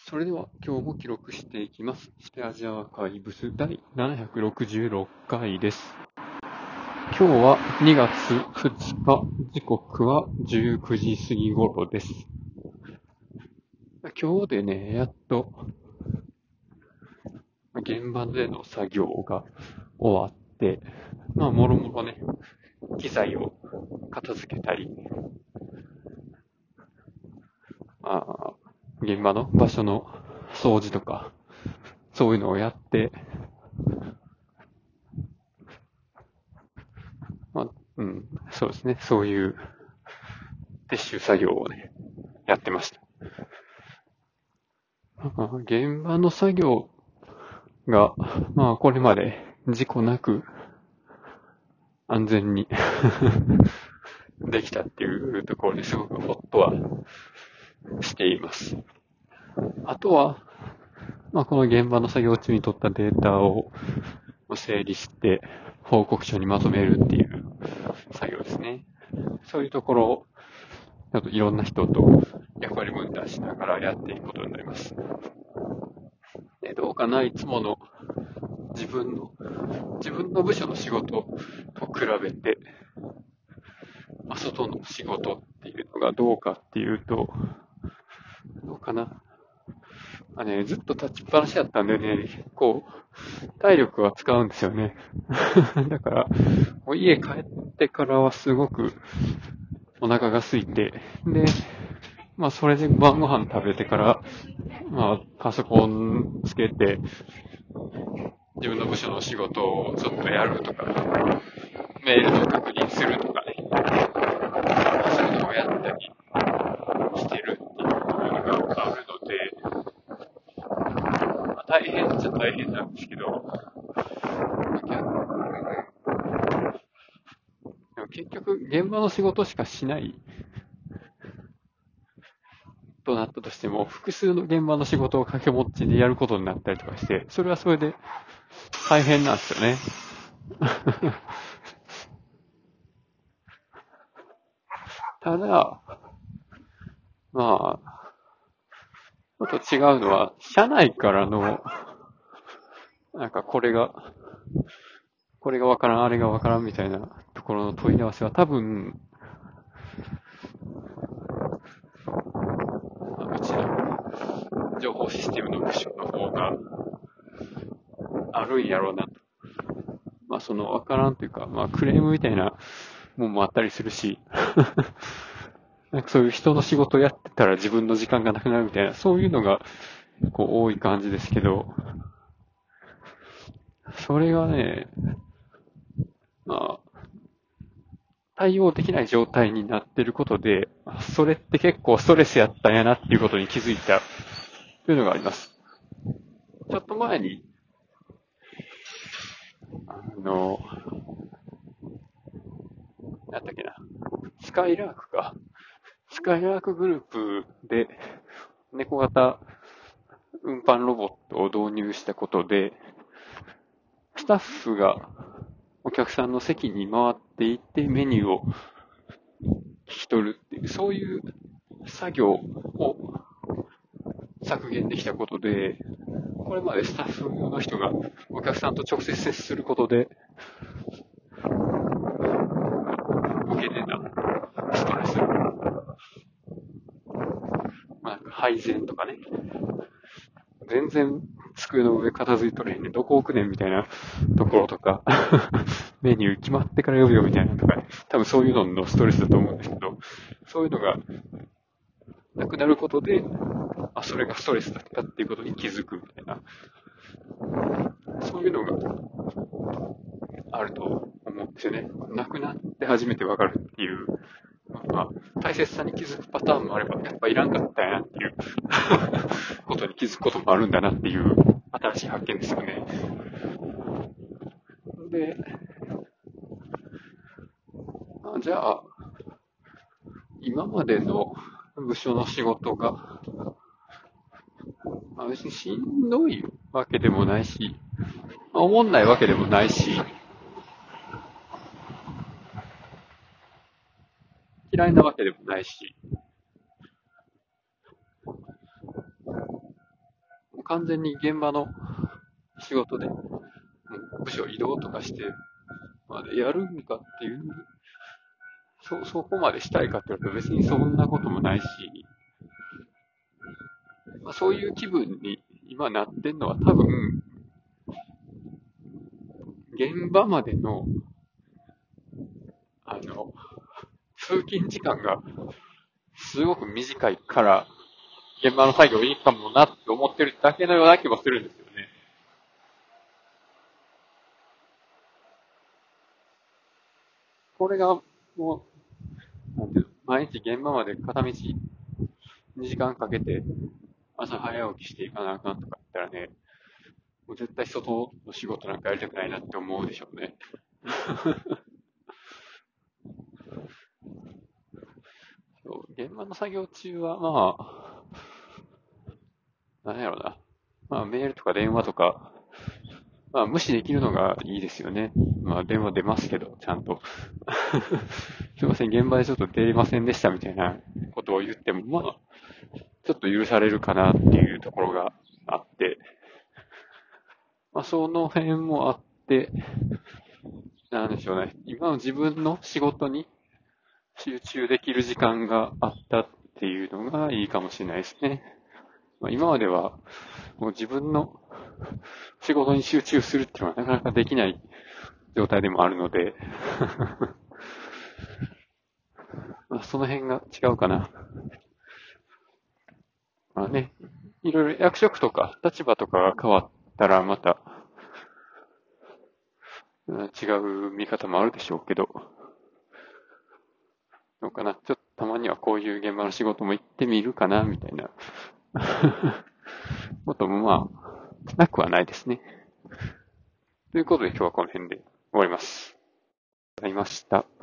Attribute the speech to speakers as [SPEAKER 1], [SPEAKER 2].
[SPEAKER 1] それでは今日も記録していきます。スペアジアーカイブス第766回です。今日は2月2日、時刻は19時過ぎ頃です。今日でね、やっと現場での作業が終わって、もろもろね、機材を片付けたり、現場の場所の掃除とか、そういうのをやって、そうですね、そういう撤収作業をね、やってました。現場の作業が、これまで事故なく安全にできたっていうところですごくほっとはしています。あとは、この現場の作業中に取ったデータを整理して報告書にまとめるっていう作業ですね。そういうところをいろんな人と役割分担しながらやっていくことになります。で、どうかないつもの自分の部署の仕事と比べて、外の仕事っていうのがどうかっていうと、どうかな。ずっと立ちっぱなしだったんでね、体力は使うんですよね。だから、家帰ってからはすごくお腹が空いて、で、それで晩ご飯食べてから、パソコンつけて、自分の部署の仕事をちょっとやるとか、メールの確認するとかね、そういうのをやったりしてるっていうのがあるので、大変っちゃ大変なんですけど、でも結局現場の仕事しかしないとなったとしても、複数の現場の仕事を掛け持ちでやることになったりとかして、それはそれで大変なんですよね。ただ、ちょっと違うのは、社内からの、これがわからん、あれがわからんみたいなところの問い合わせは多分、うちの情報システムの部署の方があるんやろうなと。そのわからんというか、クレームみたいなもんもあったりするし、そういう人の仕事をやってたら自分の時間がなくなるみたいな、そういうのが多い感じですけど、それがね、まあ、対応できない状態になってることで、それって結構ストレスやったんやなっていうことに気づいたというのがあります。ちょっと前に、の、なんだっけな、スカイラークグループで猫型運搬ロボットを導入したことで、スタッフがお客さんの席に回っていってメニューを聞き取るっていう、そういう作業を削減できたことで、これまでスタッフの人がお客さんと直接接することで受けてたストレス、配膳とかね、全然机の上片付いとれへんねん、どこ置くねんみたいなところとか、メニュー決まってから呼ぶよみたいなとか、多分そういうののストレスだと思うんですけど、そういうのがなくなることで、それがストレスだったっていうことに気づくみたいな、そういうのがあると思うんですよね。なくなって初めてわかるっていう、大切さに気づくパターンもあれば、やっぱいらんかったんやなっていうことに気づくこともあるんだなっていう新しい発見ですよね。で、じゃあ、今までの部署の仕事が、別にしんどいわけでもないし、おもんないわけでもないし、嫌いなわけでもないし、 完全に現場の仕事で、もう部署移動とかして、までやるんかっていう、そこまでしたいかって言うと別にそんなこともないし、まあ、そういう気分に今なってんのは多分、現場までの、あの、通勤時間がすごく短いから、現場の作業いいかもなって思ってるだけのような気もするんですよね。これが、もう、なんていうの、毎日現場まで片道2時間かけて、朝早起きしていかなあかんとか言ったらね、もう絶対外の仕事なんかやりたくないなって思うでしょうね。そう現場の作業中は、まあ、なんやろうな。まあ、メールとか電話とか、まあ、無視できるのがいいですよね。まあ、電話出ますけど、ちゃんと。すいません、現場でちょっと出ませんでしたみたいなことを言っても、まあ、ちょっと許されるかなっていうところがあって、まあ、その辺もあって、なんでしょうね。今の自分の仕事に集中できる時間があったっていうのがいいかもしれないですね。まあ、今までは、もう自分の仕事に集中するっていうのはなかなかできない状態でもあるので、まあ、その辺が違うかな。まあね、いろいろ役職とか立場とかが変わったらまた、違う見方もあるでしょうけど、どうかな。ちょっとたまにはこういう現場の仕事も行ってみるかな、みたいなこともまあ、なくはないですね。ということで今日はこの辺で終わります。ありがとうございました。